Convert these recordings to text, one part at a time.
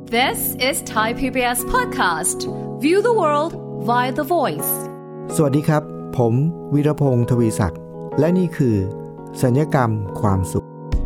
This is Thai PBS podcast. View the world via the voice. สวัสดีครับผมวีรพงศ์ทวีศักดิ์และนี่คือสัญญกรรมความสุข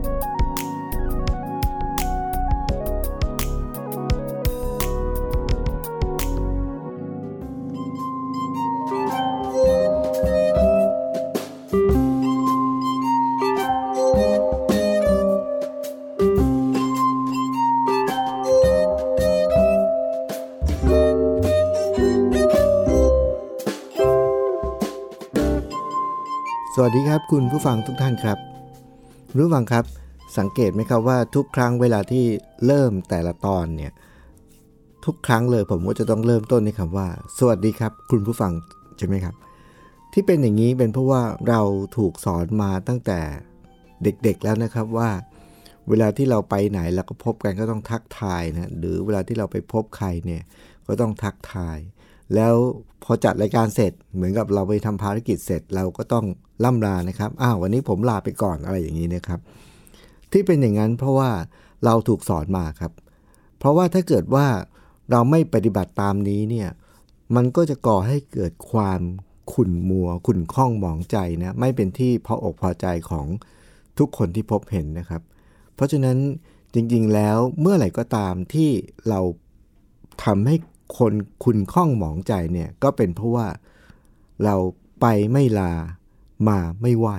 สวัสดีครับคุณผู้ฟังทุกท่านครับรู้ฟังครับสังเกตไหมครับว่าทุกครั้งเวลาที่เริ่มแต่ละตอนเนี่ยทุกครั้งเลยผมก็จะต้องเริ่มต้นด้วยคำว่าสวัสดีครับคุณผู้ฟังใช่ไหมครับที่เป็นอย่างนี้เป็นเพราะว่าเราถูกสอนมาตั้งแต่เด็กๆแล้วนะครับว่าเวลาที่เราไปไหนแล้วก็พบกันก็ต้องทักทายนะหรือเวลาที่เราไปพบใครเนี่ยก็ต้องทักทายแล้วพอจัดรายการเสร็จเหมือนกับเราไปทำภารกิจเสร็จเราก็ต้องล่ำลานะครับวันนี้ผมลาไปก่อนอะไรอย่างนี้นะครับที่เป็นอย่างนั้นเพราะว่าเราถูกสอนมาครับเพราะว่าถ้าเกิดว่าเราไม่ปฏิบัติตามนี้เนี่ยมันก็จะก่อให้เกิดความขุ่นมัวขุ่นข้องหมองใจนะไม่เป็นที่พออกพอใจของทุกคนที่พบเห็นนะครับเพราะฉะนั้นจริงๆแล้วเมื่อไหร่ก็ตามที่เราทำให้คนขุ่นข้องหมองใจเนี่ยก็เป็นเพราะว่าเราไปไม่ลามาไม่ไหว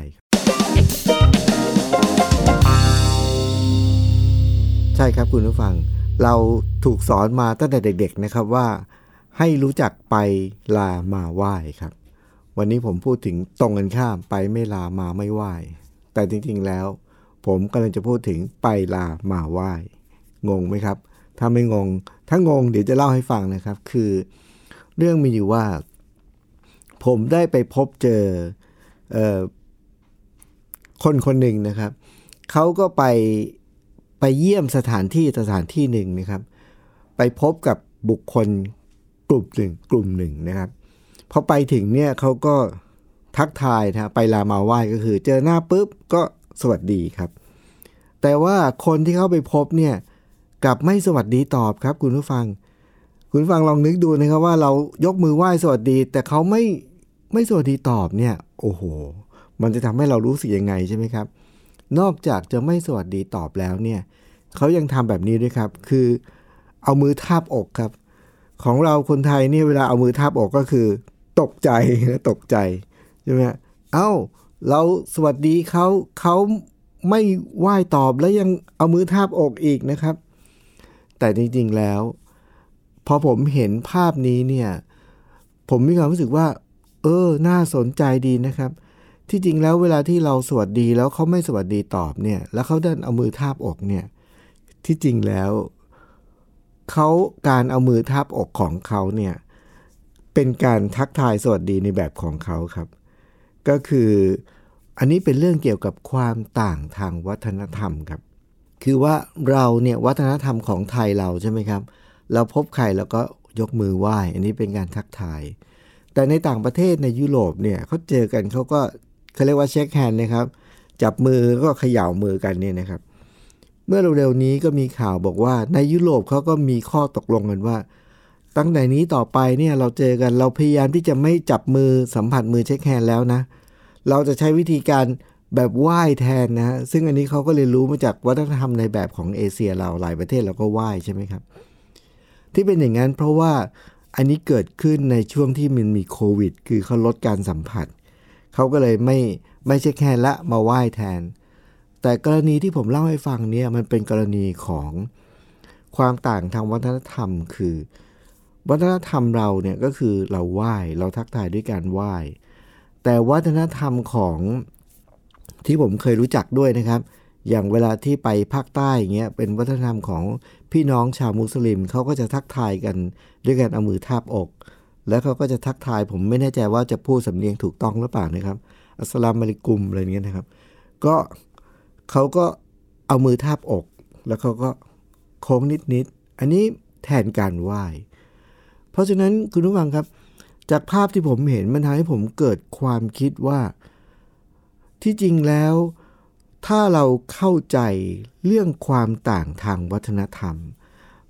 ใช่ครับคุณผู้ฟังเราถูกสอนมาตั้งแต่เด็กๆนะครับว่าให้รู้จักไปลามาไหว้ครับวันนี้ผมพูดถึงตรงกันข้ามไปไม่ลามาไม่ไหว้แต่จริงๆแล้วผมกำลังจะพูดถึงไปลามาไหว้งงไหมครับถ้าไม่งงถ้างงเดี๋ยวจะเล่าให้ฟังนะครับคือเรื่องมีอยู่ว่าผมได้ไปพบเจอคนคนหนึ่งนะครับเขาก็ไปเยี่ยมสถานที่หนึ่งนะครับไปพบกับบุคคลกลุ่มหนึ่งนะครับพอไปถึงเนี่ยเขาก็ทักทายนะไปลามาไหว้ก็คือเจอหน้าปุ๊บก็สวัสดีครับแต่ว่าคนที่เขาไปพบเนี่ยกลับไม่สวัสดีตอบครับคุณผู้ฟังลองนึกดูนะครับว่าเรายกมือไหว้สวัสดีแต่เขาไม่สวัสดีตอบเนี่ยโอ้โหมันจะทำให้เรารู้สึกยังไงใช่ไหมครับนอกจากจะไม่สวัสดีตอบแล้วเนี่ยเขายังทำแบบนี้ด้วยครับคือเอามือทาบอกครับของเราคนไทยนี่เวลาเอามือทาบอกก็คือตกใจใช่ไหมเราสวัสดีเขาไม่ไหว้ตอบแล้วยังเอามือทาบอกอีกนะครับแต่จริงๆแล้วพอผมเห็นภาพนี้เนี่ยผมมีความรู้สึกว่าน่าสนใจดีนะครับที่จริงแล้วเวลาที่เราสวัสดีแล้วเขาไม่สวัสดีตอบเนี่ยแล้วเขาเดินเอามือทาบอกเนี่ยที่จริงแล้วการเอามือทาบอกของเขาเนี่ยเป็นการทักทายสวัสดีในแบบของเขาครับก็คืออันนี้เป็นเรื่องเกี่ยวกับความต่างทางวัฒนธรรมครับคือว่าเราเนี่ยวัฒนธรรมของไทยเราใช่ไหมครับเราพบใครแล้วก็ยกมือไหว้อันนี้เป็นการทักทายแต่ในต่างประเทศในยุโรปเนี่ยเขาเจอกันเขาเรียกว่าเช็คแฮนด์นะครับจับมือก็เขย่ามือกันเนี่ยนะครับเมื่อเร็วๆนี้ก็มีข่าวบอกว่าในยุโรปเขาก็มีข้อตกลงกันว่าตั้งแต่นี้ต่อไปเนี่ยเราเจอกันเราพยายามที่จะไม่จับมือสัมผัสมือเช็คแฮนด์แล้วนะเราจะใช้วิธีการแบบไหว้แทนนะซึ่งอันนี้เขาก็เรียนรู้มาจากวัฒนธรรมในแบบของเอเชียเราหลายประเทศเราก็ไหว้ใช่ไหมครับที่เป็นอย่างนั้นเพราะว่าอันนี้เกิดขึ้นในช่วงที่มันมีโควิดคือเขาลดการสัมผัสเขาก็เลยไม่ใช่แค่ละมาไหว้แทนแต่กรณีที่ผมเล่าให้ฟังเนี่ยมันเป็นกรณีของความต่างทางวัฒนธรรมคือวัฒนธรรมเราเนี่ยก็คือเราไหว้เราทักทายด้วยการไหว้แต่วัฒนธรรมของที่ผมเคยรู้จักด้วยนะครับอย่างเวลาที่ไปภาคใต้อย่างเงี้ยเป็นวัฒนธรรมของพี่น้องชาวมุสลิมเขาก็จะทักทายกันด้วยการเอามือทาบอกแล้วเขาก็จะทักทายผมไม่แน่ใจว่าจะพูดสำเนียงถูกต้องหรือเปล่านะครับอัสสลามุอะลัยกุมอะไรอย่างเงี้ยนะครับก็เขาก็เอามือทาบอกแล้วเขาก็โค้งนิดๆอันนี้แทนการไหว้เพราะฉะนั้นคุณผู้ฟังครับจากภาพที่ผมเห็นมันทำให้ผมเกิดความคิดว่าที่จริงแล้วถ้าเราเข้าใจเรื่องความต่างทางวัฒนธรรม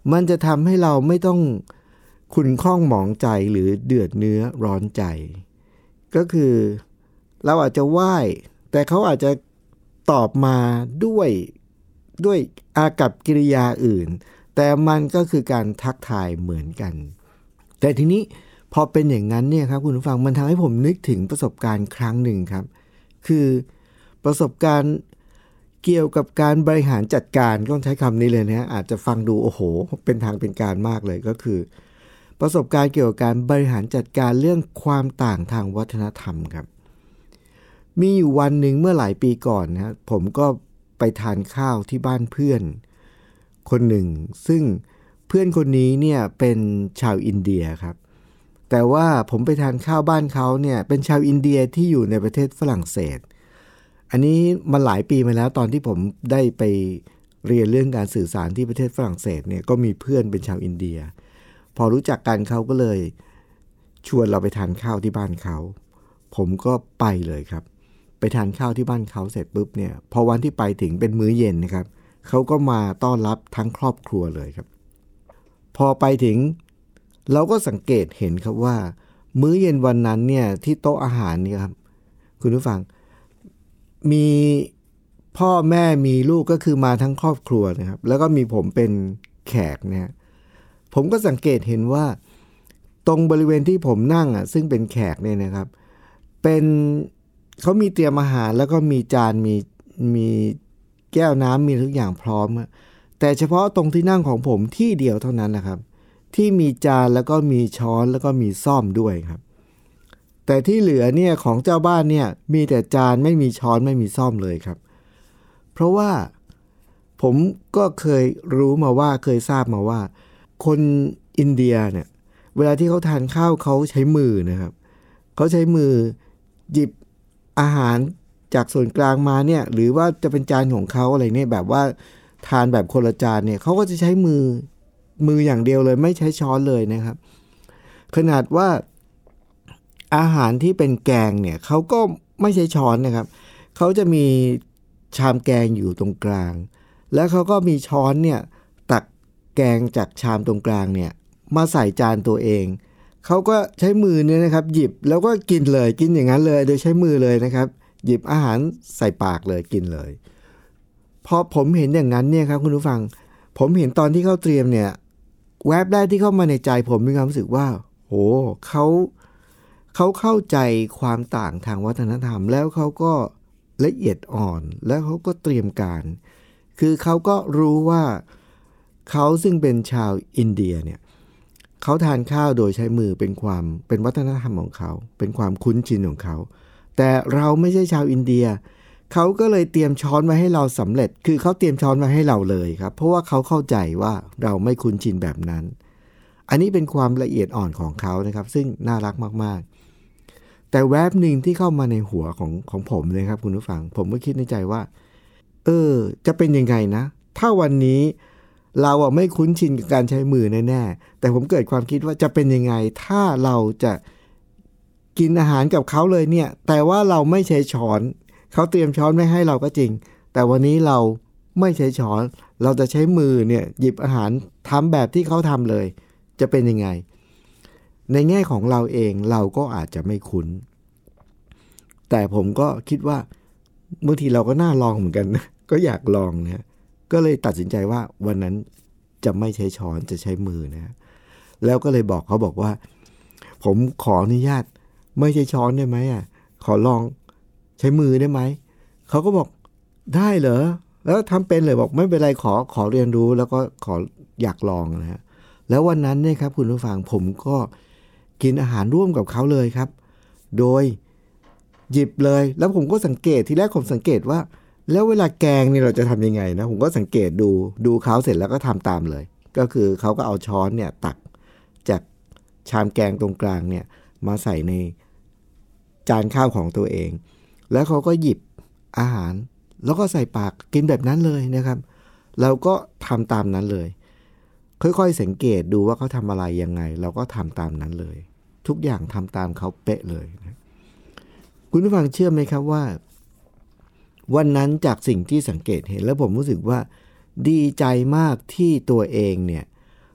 มันจะทำให้เราไม่ต้องขุ่นข้องหมองใจหรือเดือดเนื้อร้อนใจก็คือเราอาจจะไหว้แต่เขาอาจจะตอบมาด้วยอากัปกิริยาอื่นแต่มันก็คือการทักทายเหมือนกันแต่ทีนี้พอเป็นอย่างนั้นเนี่ยครับคุณผู้ฟังมันทำให้ผมนึกถึงประสบการณ์ครั้งหนึ่งครับคือประสบการณ์เกี่ยวกับการบริหารจัดการก็ต้องใช้คำนี้เลยนะอาจจะฟังดูโอ้โหเป็นทางเป็นการมากเลยก็คือประสบการณ์เกี่ยวกับการบริหารจัดการเรื่องความต่างทางวัฒนธรรมครับมีอยู่วันหนึ่งเมื่อหลายปีก่อนนะผมก็ไปทานข้าวที่บ้านเพื่อนคนหนึ่งซึ่งเพื่อนคนนี้เนี่ยเป็นชาวอินเดียครับแต่ว่าผมไปทานข้าวบ้านเขาเนี่ยเป็นชาวอินเดียที่อยู่ในประเทศฝรั่งเศสอันนี้มันหลายปีมาแล้วตอนที่ผมได้ไปเรียนเรื่องการสื่อสารที่ประเทศฝรั่งเศสเนี่ยก็มีเพื่อนเป็นชาวอินเดียพอรู้จักกันเขาก็เลยชวนเราไปทานข้าวที่บ้านเขาผมก็ไปเลยครับไปทานข้าวที่บ้านเขาเสร็จปุ๊บเนี่ยพอวันที่ไปถึงเป็นมื้อเย็นนะครับเขาก็มาต้อนรับทั้งครอบครัวเลยครับพอไปถึงเราก็สังเกตเห็นครับว่ามื้อเย็นวันนั้นเนี่ยที่โต๊ะอาหารนี่ครับคุณผู้ฟังมีพ่อแม่มีลูกก็คือมาทั้งครอบครัวนะครับแล้วก็มีผมเป็นแขกเนี่ยผมก็สังเกตเห็นว่าตรงบริเวณที่ผมนั่งซึ่งเป็นแขกเนี่ยนะครับเป็นเขามีเตรียมอาหารแล้วก็มีจานมีแก้วน้ำมีทุกอย่างพร้อมแต่เฉพาะตรงที่นั่งของผมที่เดียวเท่านั้นนะครับที่มีจานแล้วก็มีช้อนแล้วก็มีซ่อมด้วยครับแต่ที่เหลือเนี่ยของเจ้าบ้านเนี่ยมีแต่จานไม่มีช้อนไม่มีซ่อมเลยครับเพราะว่าผมก็เคยทราบมาว่าคนอินเดียเนี่ยเวลาที่เขาทานข้าวเขาใช้มือนะครับเขาใช้มือหยิบอาหารจากส่วนกลางมาเนี่ยหรือว่าจะเป็นจานของเขาอะไรเนี่ยแบบว่าทานแบบคนละจานเนี่ยเขาก็จะใช้มืออย่างเดียวเลยไม่ใช้ช้อนเลยนะครับขนาดว่าอาหารที่เป็นแกงเนี่ยเขาก็ไม่ใช้ช้อนนะครับเขาจะมีชามแกงอยู่ตรงกลางแล้วเขาก็มีช้อนเนี่ยตักแกงจากชามตรงกลางเนี่ยมาใส่จานตัวเองเขาก็ใช้มือเนี่ยนะครับหยิบแล้วก็กินเลยกินอย่างนั้นเลยโดยใช้มือเลยนะครับหยิบอาหารใส่ปากเลยกินเลยพอผมเห็นอย่างนั้นเนี่ยครับคุณผู้ฟังผมเห็นตอนที่เขาเตรียมเนี่ยแวบแรกที่เข้ามาในใจผมมีความรู้สึกว่าโหเขาเข้าใจความต่างทางวัฒนธรรมแล้วเขาก็ละเอียดอ่อนแล้วเขาก็เตรียมการคือเขาก็รู้ว่าเขาซึ่งเป็นชาวอินเดียเนี่ยเขาทานข้าวโดยใช้มือเป็นวัฒนธรรมของเขาเป็นความคุ้นชินของเขาแต่เราไม่ใช่ชาวอินเดียเขาก็เลยเตรียมช้อนมาให้เราสำเร็จคือเขาเตรียมช้อนมาให้เราเลยครับเพราะว่าเขาเข้าใจว่าเราไม่คุ้นชินแบบนั้นอันนี้เป็นความละเอียดอ่อนของเขานะครับซึ่งน่ารักมากๆแต่แวบหนึ่งที่เข้ามาในหัวของผมเลยครับคุณผู้ฟังผมก็คิดในใจว่าจะเป็นยังไงนะถ้าวันนี้เราไม่คุ้นชินกับการใช้มือแน่ๆแต่ผมเกิดความคิดว่าจะเป็นยังไงถ้าเราจะกินอาหารกับเขาเลยเนี่ยแต่ว่าเราไม่ใช้ช้อนเขาเตรียมช้อนไว้ให้เราก็จริงแต่วันนี้เราไม่ใช้ช้อนเราจะใช้มือเนี่ยหยิบอาหารทำแบบที่เขาทำเลยจะเป็นยังไงในแง่ของเราเองเราก็อาจจะไม่คุ้นแต่ผมก็คิดว่าบางทีเราก็น่าลองเหมือนกันนะก็อยากลองนะก็เลยตัดสินใจว่าวันนั้นจะไม่ใช้ช้อนจะใช้มือนะแล้วก็เลยบอกเขาบอกว่าผมขออนุญาตไม่ใช้ช้อนได้ไหมขอลองใช้มือได้ไหมเขาก็บอกได้เหรอแล้วทำเป็นเลยบอกไม่เป็นไรขอเรียนรู้แล้วก็อยากลองนะฮะแล้ววันนั้นเนี่ยครับคุณผู้ฟังผมก็กินอาหารร่วมกับเขาเลยครับโดยหยิบเลยแล้วผมก็สังเกตทีแรกผมสังเกตว่าแล้วเวลาแกงนี่เราจะทำยังไงนะผมก็สังเกตดูเขาเสร็จแล้วก็ทำตามเลยก็คือเขาก็เอาช้อนเนี่ยตักจากชามแกงตรงกลางเนี่ยมาใส่ในจานข้าวของตัวเองแล้วเขาก็หยิบอาหารแล้วก็ใส่ปากกินแบบนั้นเลยนะครับเราก็ทำตามนั้นเลยค่อยๆสังเกตดูว่าเขาทำอะไรยังไงเราก็ทำตามนั้นเลยทุกอย่างทำตามเขาเป๊ะเลยนะคุณผู้ฟังเชื่อไหมครับว่าวันนั้นจากสิ่งที่สังเกตเห็นแล้วผมรู้สึกว่าดีใจมากที่ตัวเองเนี่ย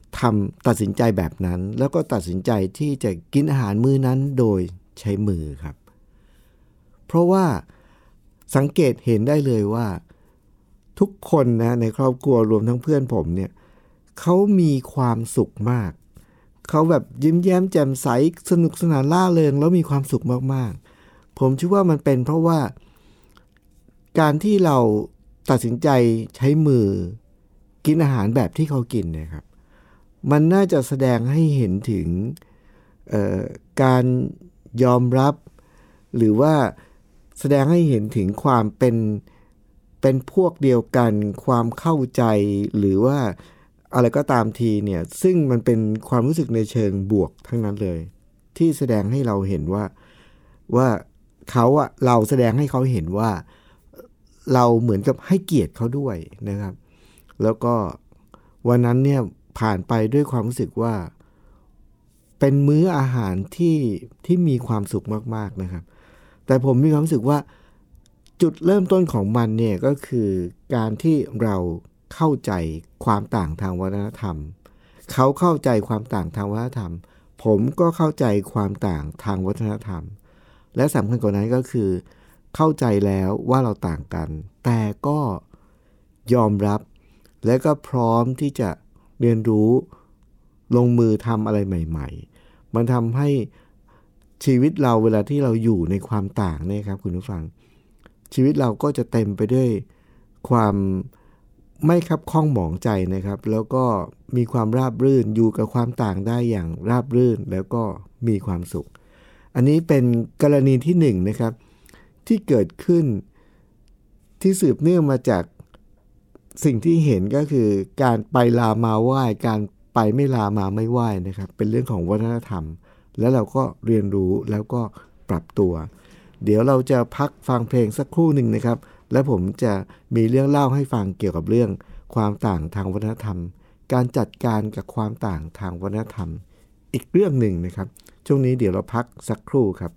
ตัดสินใจแบบนั้นแล้วก็ตัดสินใจที่จะกินอาหารมื้อนั้นโดยใช้มือครับเพราะว่าสังเกตเห็นได้เลยว่าทุกคนนะในครอบครัวรวมทั้งเพื่อนผมเนี่ยเขามีความสุขมากเขาแบบยิ้มแย้มแจ่มใสสนุกสนานร่าเริงแล้วมีความสุขมากๆผมเชื่อว่ามันเป็นเพราะว่าการที่เราตัดสินใจใช้มือกินอาหารแบบที่เขากินเนี่ยครับมันน่าจะแสดงให้เห็นถึงการยอมรับหรือว่าแสดงให้เห็นถึงความเป็นพวกเดียวกันความเข้าใจหรือว่าอะไรก็ตามทีเนี่ยซึ่งมันเป็นความรู้สึกในเชิงบวกทั้งนั้นเลยที่แสดงให้เราเห็นว่าเขาอะเราแสดงให้เขาเห็นว่าเราเหมือนกับให้เกียรติเขาด้วยนะครับแล้วก็วันนั้นเนี่ยผ่านไปด้วยความรู้สึกว่าเป็นมื้ออาหารที่มีความสุขมากๆนะครับแต่ผมมีความรู้สึกว่าจุดเริ่มต้นของมันเนี่ยก็คือการที่เราเข้าใจความต่างทางวัฒนธรรมเขาเข้าใจความต่างทางวัฒนธรรมผมก็เข้าใจความต่างทางวัฒนธรรมและสำคัญกว่านั้นก็คือเข้าใจแล้วว่าเราต่างกันแต่ก็ยอมรับและก็พร้อมที่จะเรียนรู้ลงมือทำอะไรใหม่ๆมันทำให้ชีวิตเราเวลาที่เราอยู่ในความต่างเนี่ยครับคุณผู้ฟังชีวิตเราก็จะเต็มไปด้วยความไม่คับข้องหมองใจนะครับแล้วก็มีความราบรื่นอยู่กับความต่างได้อย่างราบรื่นแล้วก็มีความสุขอันนี้เป็นกรณีที่หนึ่งนะครับที่เกิดขึ้นที่สืบเนื่องมาจากสิ่งที่เห็นก็คือการไปลามาไหว้การไปไม่ลามาไม่ไหว้นะครับเป็นเรื่องของวัฒนธรรมแล้วเราก็เรียนรู้แล้วก็ปรับตัวเดี๋ยวเราจะพักฟังเพลงสักครู่หนึ่งนะครับและผมจะมีเรื่องเล่าให้ฟังเกี่ยวกับเรื่องความต่างทางวัฒนธรรมการจัดการกับความต่างทางวัฒนธรรมอีกเรื่องหนึ่งนะครับช่วงนี้เดี๋ยวเราพักสักครู่ครับ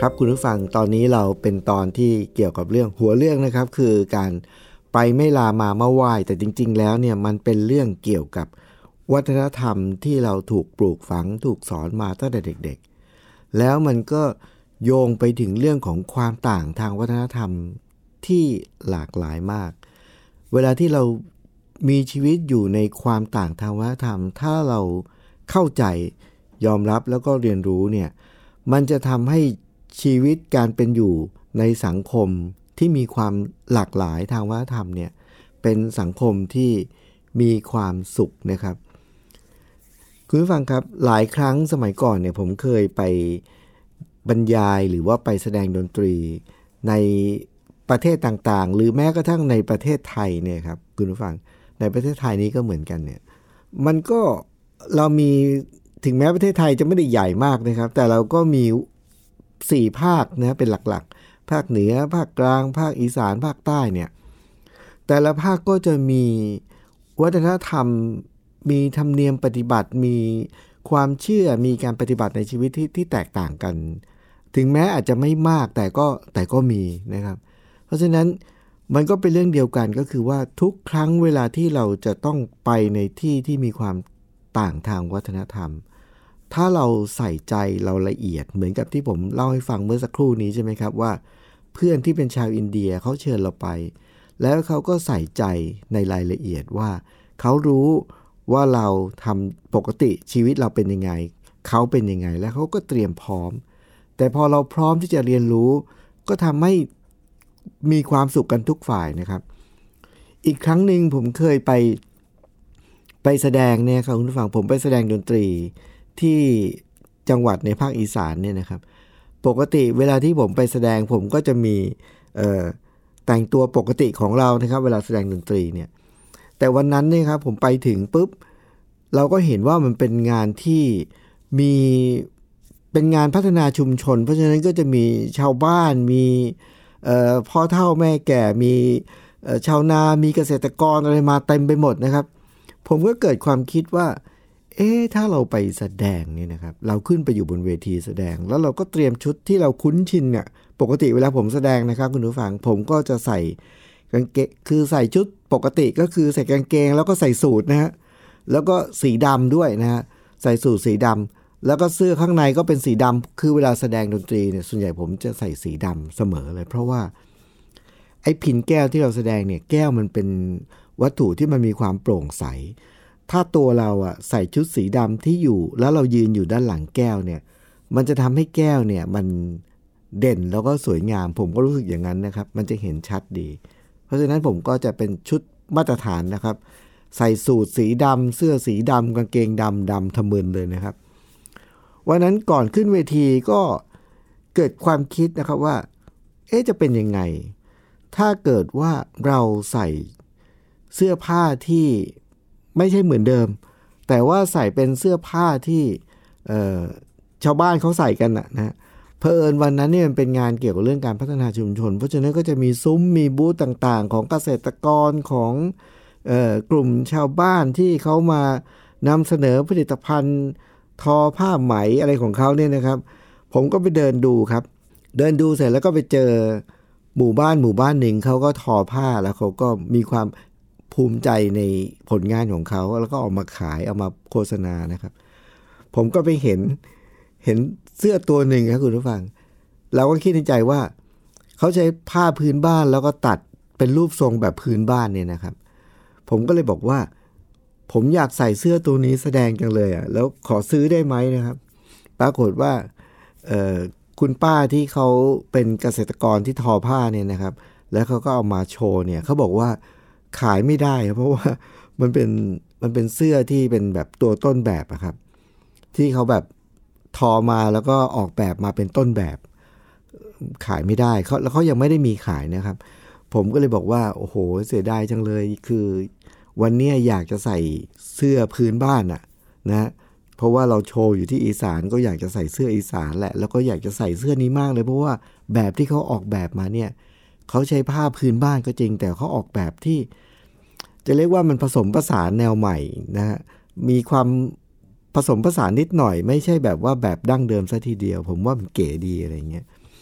ครับคุณผู้ฟังตอนนี้เราเป็นตอนที่เกี่ยวกับเรื่องหัวเรื่องนะครับคือการไปไม่ลามาเมื่อไหว้แต่จริงๆแล้วเนี่ยมันเป็นเรื่องเกี่ยวกับวัฒนธรรมที่เราถูกปลูกฝังถูกสอนมาตั้งแต่เด็กๆแล้วมันก็โยงไปถึงเรื่องของความต่างทางวัฒนธรรมที่หลากหลายมากเวลาที่เรามีชีวิตอยู่ในความต่างทางวัฒนธรรมถ้าเราเข้าใจยอมรับแล้วก็เรียนรู้เนี่ยมันจะทำให้ชีวิตการเป็นอยู่ในสังคมที่มีความหลากหลายทางวัฒนธรรมเนี่ยเป็นสังคมที่มีความสุขนะครับคุณผู้ฟังครับหลายครั้งสมัยก่อนเนี่ยผมเคยไปบรรยายหรือว่าไปแสดงดนตรีในประเทศต่างๆหรือแม้กระทั่งในประเทศไทยเนี่ยครับคุณผู้ฟังในประเทศไทยนี้ก็เหมือนกันเนี่ยมันก็เรามีถึงแม้ประเทศไทยจะไม่ได้ใหญ่มากนะครับแต่เราก็มี4ภาคนะเป็นหลักๆภาคเหนือภาคกลางภาคอีสานภาคใต้เนี่ยแต่ละภาคก็จะมีวัฒนธรรมมีธรรมเนียมปฏิบัติมีความเชื่อมีการปฏิบัติในชีวิตที่แตกต่างกันถึงแม้อาจจะไม่มากแต่ก็มีนะครับเพราะฉะนั้นมันก็เป็นเรื่องเดียวกันก็คือว่าทุกครั้งเวลาที่เราจะต้องไปในที่ที่มีความต่างทางวัฒนธรรมถ้าเราใส่ใจเราละเอียดเหมือนกับที่ผมเล่าให้ฟังเมื่อสักครู่นี้ใช่ไหมครับว่าเพื่อนที่เป็นชาวอินเดียเขาเชิญเราไปแล้วเขาก็ใส่ใจในรายละเอียดว่าเขารู้ว่าเราทำปกติชีวิตเราเป็นยังไงเขาเป็นยังไงแล้วเขาก็เตรียมพร้อมแต่พอเราพร้อมที่จะเรียนรู้ก็ทำให้มีความสุขกันทุกฝ่ายนะครับอีกครั้งหนึ่งผมเคยไปแสดงเนี่ยครับคุณผู้ฟังผมไปแสดงดนตรีที่จังหวัดในภาคอีสานเนี่ยนะครับปกติเวลาที่ผมไปแสดงผมก็จะมีแต่งตัวปกติของเรานะครับเวลาแสดงดนตรีเนี่ยแต่วันนั้นเนี่ยครับผมไปถึงปุ๊บเราก็เห็นว่ามันเป็นงานที่มีเป็นงานพัฒนาชุมชนเพราะฉะนั้นก็จะมีชาวบ้านมีพ่อเฒ่าแม่แก่มีชาวนามีเกษตรกรอะไรมาเต็มไปหมดนะครับผมก็เกิดความคิดว่าถ้าเราไปแสดงเนี่ยนะครับเราขึ้นไปอยู่บนเวทีแสดงแล้วเราก็เตรียมชุดที่เราคุ้นชินเนี่ยปกติเวลาผมแสดงนะครับคุณผู้ฟังผมก็จะใส่กางเกงคือใส่ชุดปกติก็คือใส่กางเกงแล้วก็ใส่สูทนะฮะแล้วก็สีดำด้วยนะฮะใส่สูทสีดำแล้วก็เสื้อข้างในก็เป็นสีดำคือเวลาแสดงดนตรีเนี่ยส่วนใหญ่ผมจะใส่สีดำเสมอเลยเพราะว่าไอ้พินแก้วที่เราแสดงเนี่ยแก้วมันเป็นวัตถุที่มันมีความโปร่งใสถ้าตัวเราใส่ชุดสีดำที่อยู่แล้วเรายืนอยู่ด้านหลังแก้วเนี่ยมันจะทำให้แก้วเนี่ยมันเด่นแล้วก็สวยงามผมก็รู้สึกอย่างนั้นนะครับมันจะเห็นชัดดีเพราะฉะนั้นผมก็จะเป็นชุดมาตรฐานนะครับใส่สูทสีดำเสื้อสีดำกางเกงดำทะมึนเลยนะครับวันนั้นก่อนขึ้นเวทีก็เกิดความคิดนะครับว่าจะเป็นยังไงถ้าเกิดว่าเราใส่เสื้อผ้าที่ไม่ใช่เหมือนเดิมแต่ว่าใส่เป็นเสื้อผ้าที่ชาวบ้านเขาใส่กันนะเผอิญวันนั้นเนี่ยมันเป็นงานเกี่ยวกับเรื่องการพัฒนาชุมชนเพราะฉะนั้นก็จะมีซุ้มมีบูธต่างๆของเกษตรกรของกลุ่มชาวบ้านที่เขามานำเสนอผลิตภัณฑ์ทอผ้าไหมอะไรของเขาเนี่ยนะครับผมก็ไปเดินดูครับเดินดูเสร็จแล้วก็ไปเจอหมู่บ้านหนึ่งเขาก็ทอผ้าแล้วเขาก็มีความภูมิใจในผลงานของเขาแล้วก็ออกมาขายเอามาโฆษณานะครับผมก็ไปเห็นเสื้อตัวหนึ่งครับคุณผู้ฟังเราก็คิดในใจว่าเขาใช้ผ้าพื้นบ้านแล้วก็ตัดเป็นรูปทรงแบบพื้นบ้านเนี่ยนะครับผมก็เลยบอกว่าผมอยากใส่เสื้อตัวนี้แสดงจังเลยแล้วขอซื้อได้ไหมนะครับปรากฏว่าคุณป้าที่เขาเป็นเกษตรกรที่ทอผ้าเนี่ยนะครับแล้วเขาก็เอามาโชว์เนี่ยเขาบอกว่าขายไม่ได้เพราะว่ามันเป็นเสื้อที่เป็นแบบตัวต้นแบบครับที่เขาแบบทอมาแล้วก็ออกแบบมาเป็นต้นแบบขายไม่ได้แล้วเขายังไม่ได้มีขายนะครับผมก็เลยบอกว่าโอ้โหเสียดายจังเลยคือวันนี้อยากจะใส่เสื้อพื้นบ้านนะเพราะว่าเราโชว์อยู่ที่อีสานก็อยากจะใส่เสื้ออีสานแหละแล้วก็อยากจะใส่เสื้อนี้มากเลยเพราะว่าแบบที่เขาออกแบบมาเนี่ยเขาใช้ผ้าพื้นบ้านก็จริงแต่เขาออกแบบที่จะเรียกว่ามันผสมผสานแนวใหม่นะฮะมีความผสมผสานนิดหน่อยไม่ใช่แบบว่าแบบดั้งเดิมซะทีเดียวผมว่ามันเก๋ดีอะไรเงี้ย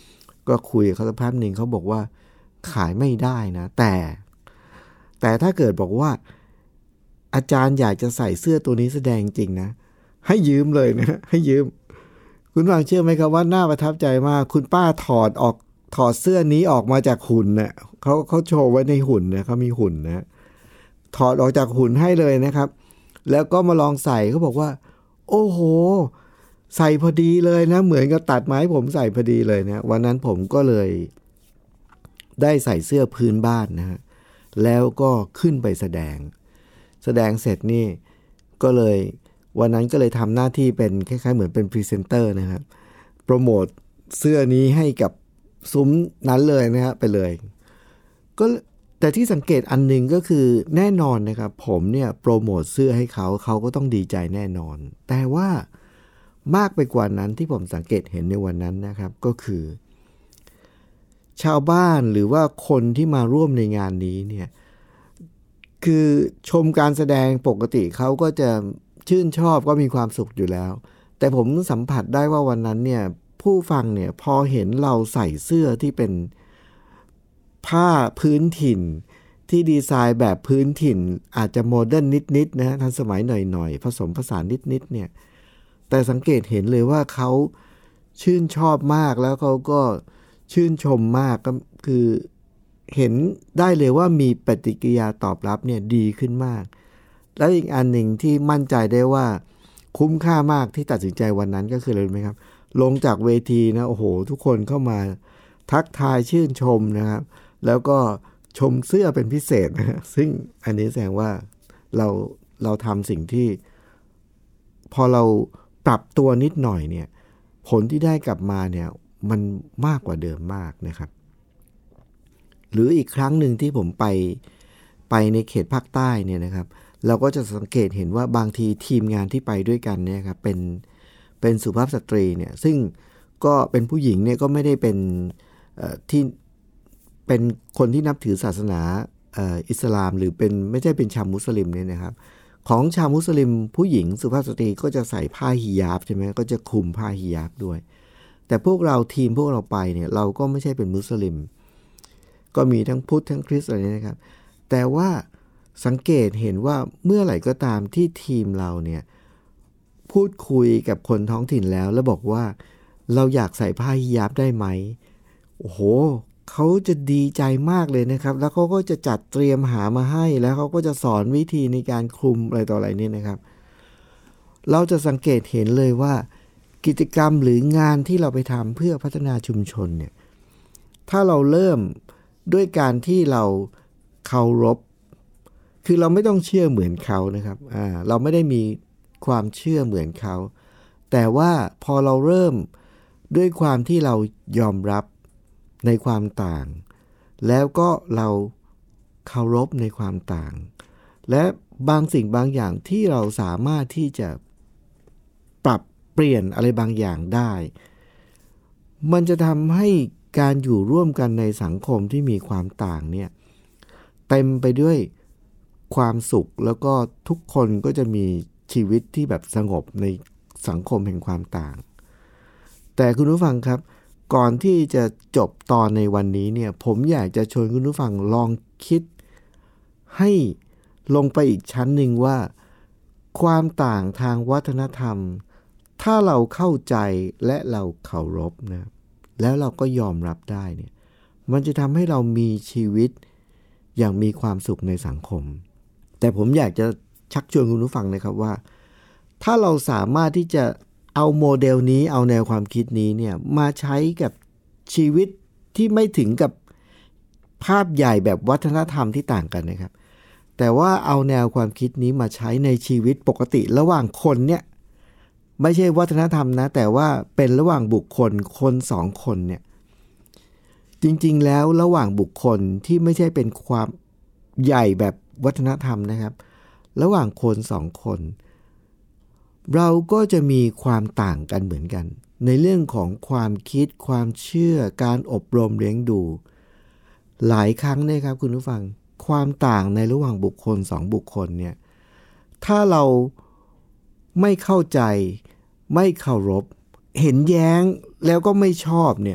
ก็คุยกับเขาสักพักหนึ่งเขาบอกว่าขายไม่ได้นะแต่ถ้าเกิดบอกว่าอาจารย์อยากจะใส่เสื้อตัวนี้แสดงจริงนะให้ยืมเลยนะให้ยืมคุณฟังเชื่อไหมครับว่าน่าประทับใจมากคุณป้าถอดเสื้อนี้ออกมาจากหุ่นนะเขาโชว์ไว้ในหุ่นนะเขามีหุ่นนะถอดออกจากหุ่นให้เลยนะครับแล้วก็มาลองใส่เขาบอกว่าโอ้โหใส่พอดีเลยนะเหมือนกับตัดไม้ผมใส่พอดีเลยนะวันนั้นผมก็เลยได้ใส่เสื้อพื้นบ้านนะฮะแล้วก็ขึ้นไปแสดงเสร็จนี่ก็เลยวันนั้นก็เลยทำหน้าที่เป็นคล้ายๆเหมือนเป็นพรีเซนเตอร์นะครับโปรโมทเสื้อนี้ให้กับซุ้มนั้นเลยนะฮะไปเลยก็แต่ที่สังเกตอันหนึ่งก็คือแน่นอนนะครับผมเนี่ยโปรโมทเสื้อให้เขาก็ต้องดีใจแน่นอนแต่ว่ามากไปกว่านั้นที่ผมสังเกตเห็นในวันนั้นนะครับก็คือชาวบ้านหรือว่าคนที่มาร่วมในงานนี้เนี่ยคือชมการแสดงปกติเขาก็จะชื่นชอบก็มีความสุขอยู่แล้วแต่ผมสัมผัสได้ว่าวันนั้นเนี่ยผู้ฟังเนี่ยพอเห็นเราใส่เสื้อที่เป็นผ้าพื้นถิ่นที่ดีไซน์แบบพื้นถิ่นอาจจะโมเดิร์นนิดๆนะทันสมัยหน่อยๆผสมผสานนิดๆเนี่ยแต่สังเกตเห็นเลยว่าเขาชื่นชอบมากแล้วเขาก็ชื่นชมมากก็คือเห็นได้เลยว่ามีปฏิกิริยาตอบรับเนี่ยดีขึ้นมากแล้วอีกอันหนึ่งที่มั่นใจได้ว่าคุ้มค่ามากที่ตัดสินใจวันนั้นก็คืออะไรรู้ไหมครับลงจากเวทีนะโอ้โหทุกคนเข้ามาทักทายชื่นชมนะครับแล้วก็ชมเสื้อเป็นพิเศษนะซึ่งอันนี้แสดงว่าเราทำสิ่งที่พอเราปรับตัวนิดหน่อยเนี่ยผลที่ได้กลับมาเนี่ยมันมากกว่าเดิมมากนะครับหรืออีกครั้งหนึ่งที่ผมไปในเขตภาคใต้เนี่ยนะครับเราก็จะสังเกตเห็นว่าบางทีทีมงานที่ไปด้วยกันเนี่ยครับเป็นสุภาพสตรีเนี่ยซึ่งก็เป็นผู้หญิงเนี่ยก็ไม่ได้เป็นที่เป็นคนที่นับถือศาสนาอิสลามหรือเป็นไม่ใช่เป็นชาวมุสลิมเนี่ยนะครับของชาวมุสลิมผู้หญิงสุภาพสตรีก็จะใส่ผ้าฮิญาบใช่ไหมก็จะคลุมผ้าฮิญาบด้วยแต่พวกเราทีมพวกเราไปเนี่ยเราก็ไม่ใช่เป็นมุสลิมก็มีทั้งพุทธทั้งคริสต์อะไรนี่นะครับแต่ว่าสังเกตเห็นว่าเมื่อไหร่ก็ตามที่ทีมเราเนี่ยพูดคุยกับคนท้องถิ่นแล้วบอกว่าเราอยากใส่ผ้าฮิญาบได้ไหมโอ้โหเขาจะดีใจมากเลยนะครับแล้วเขาก็จะจัดเตรียมหามาให้แล้วเขาก็จะสอนวิธีในการคลุมอะไรต่ออะไรนี่นะครับเราจะสังเกตเห็นเลยว่ากิจกรรมหรืองานที่เราไปทำเพื่อพัฒนาชุมชนเนี่ยถ้าเราเริ่มด้วยการที่เราเคารพคือเราไม่ต้องเชื่อเหมือนเขานะครับเราไม่ได้มีความเชื่อเหมือนเขาแต่ว่าพอเราเริ่มด้วยความที่เรายอมรับในความต่างแล้วก็เราเคารพในความต่างและบางสิ่งบางอย่างที่เราสามารถที่จะปรับเปลี่ยนอะไรบางอย่างได้มันจะทำให้การอยู่ร่วมกันในสังคมที่มีความต่างเนี่ยเต็มไปด้วยความสุขแล้วก็ทุกคนก็จะมีชีวิตที่แบบสงบในสังคมแห่งความต่างแต่คุณผู้ฟังครับก่อนที่จะจบตอนในวันนี้เนี่ยผมอยากจะชวนคุณผู้ฟังลองคิดให้ลงไปอีกชั้นหนึ่งว่าความต่างทางวัฒนธรรมถ้าเราเข้าใจและเราเคารพนะแล้วเราก็ยอมรับได้เนี่ยมันจะทำให้เรามีชีวิตอย่างมีความสุขในสังคมแต่ผมอยากจะชักชวนคุณผู้ฟังนะครับว่าถ้าเราสามารถที่จะเอาโมเดลนี้เอาแนวความคิดนี้เนี่ยมาใช้กับชีวิตที่ไม่ถึงกับภาพใหญ่แบบวัฒนธรรมที่ต่างกันนะครับแต่ว่าเอาแนวความคิดนี้มาใช้ในชีวิตปกติระหว่างคนเนี่ยไม่ใช่วัฒนธรรมนะแต่ว่าเป็นระหว่างบุคคลคนสองคนเนี่ยจริงๆแล้วระหว่างบุคคลที่ไม่ใช่เป็นความใหญ่แบบวัฒนธรรมนะครับระหว่างคนสองคนเราก็จะมีความต่างกันเหมือนกันในเรื่องของความคิดความเชื่อการอบรมเลี้ยงดูหลายครั้งนะครับคุณผู้ฟังความต่างในระหว่างบุคคลสองบุคคลเนี่ยถ้าเราไม่เข้าใจไม่เคารพเห็นแย้งแล้วก็ไม่ชอบเนี่ย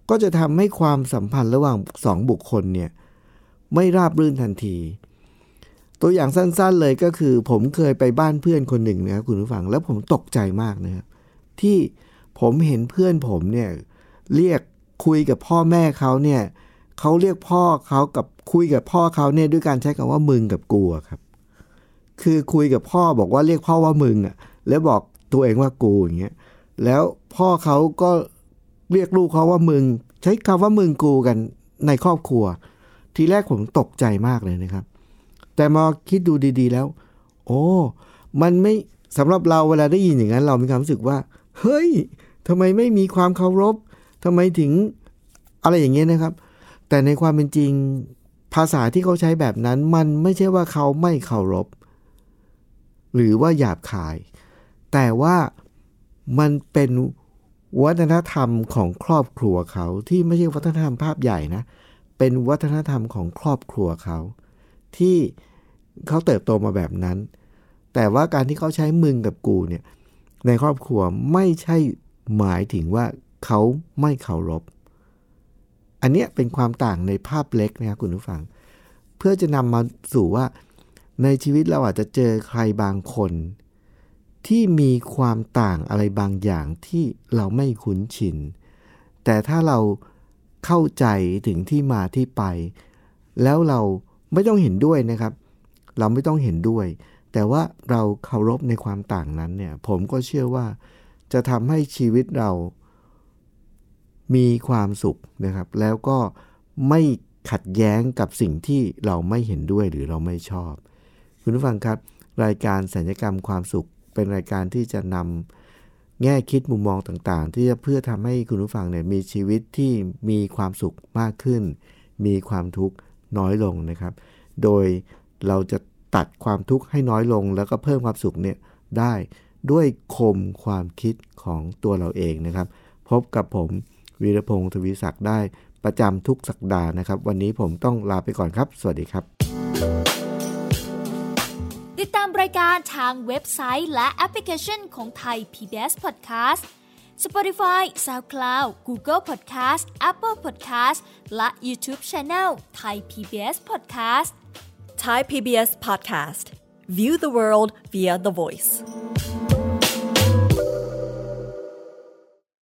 ก็จะทำให้ความสัมพันธ์ระหว่าง2บุคคลเนี่ยไม่ราบรื่นทันทีตัวอย่างสั้นๆเลยก็คือผมเคยไปบ้านเพื่อนคนหนึ่งนะครับคุณผู้ฟังแล้วผมตกใจมากนะครับที่ผมเห็นเพื่อนผมเนี่ยเรียกคุยกับพ่อแม่เขาเนี่ยเขาเรียกพ่อเขากับคุยกับพ่อเขาเนี่ยด้วยการใช้คำว่ามึงกับกูครับคือคุยกับพ่อบอกว่าเรียกพ่อว่ามึงอ่ะแล้วบอกตัวเองว่ากูอย่างเงี้ยแล้วพ่อเขาก็เรียกลูกเขาว่ามึงใช้คำว่ามึงกูกันในครอบครัวทีแรกผมตกใจมากเลยนะครับแต่มาคิดดูดีๆแล้วโอ้มันไม่สำหรับเราเวลาได้ยินอย่างนั้นเรามีความรู้สึกว่าเฮ้ยทำไมไม่มีความเคารพทำไมถึงอะไรอย่างเงี้ยนะครับแต่ในความเป็นจริงภาษาที่เขาใช้แบบนั้นมันไม่ใช่ว่าเขาไม่เคารพหรือว่าหยาบคายแต่ว่ามันเป็นวัฒนธรรมของครอบครัวเขาที่ไม่ใช่วัฒนธรรมภาพใหญ่นะเป็นวัฒนธรรมของครอบครัวเขาที่เขาเติบโตมาแบบนั้นแต่ว่าการที่เขาใช้มึงกับกูเนี่ยในครอบครัวไม่ใช่หมายถึงว่าเขาไม่เคารพอันนี้เป็นความต่างในภาพเล็กนะครับคุณผู้ฟังเพื่อจะนำมาสู่ว่าในชีวิตเราอาจจะเจอใครบางคนที่มีความต่างอะไรบางอย่างที่เราไม่คุ้นชินแต่ถ้าเราเข้าใจถึงที่มาที่ไปแล้วเราไม่ต้องเห็นด้วยนะครับเราไม่ต้องเห็นด้วยแต่ว่าเราเคารพในความต่างนั้นเนี่ยผมก็เชื่อว่าจะทำให้ชีวิตเรามีความสุขนะครับแล้วก็ไม่ขัดแย้งกับสิ่งที่เราไม่เห็นด้วยหรือเราไม่ชอบคุณผู้ฟังครับรายการสัญญกรรมความสุขเป็นรายการที่จะนำแง่คิดมุมมองต่างๆที่จะเพื่อทำให้คุณผู้ฟังเนี่ยมีชีวิตที่มีความสุขมากขึ้นมีความทุกข์น้อยลงนะครับโดยเราจะตัดความทุกข์ให้น้อยลงแล้วก็เพิ่มความสุขเนี่ยได้ด้วยคมความคิดของตัวเราเองนะครับพบกับผมวีรพงศ์ทวีศักดิ์ได้ประจำทุกสัปดาห์นะครับวันนี้ผมต้องลาไปก่อนครับสวัสดีครับติดตามรายการทางเว็บไซต์และแอปพลิเคชันของไทย PBS Podcast Spotify SoundCloud Google Podcast Apple Podcast และ YouTube Channel Thai PBS Podcast Thai PBS Podcast. View the world via the voice.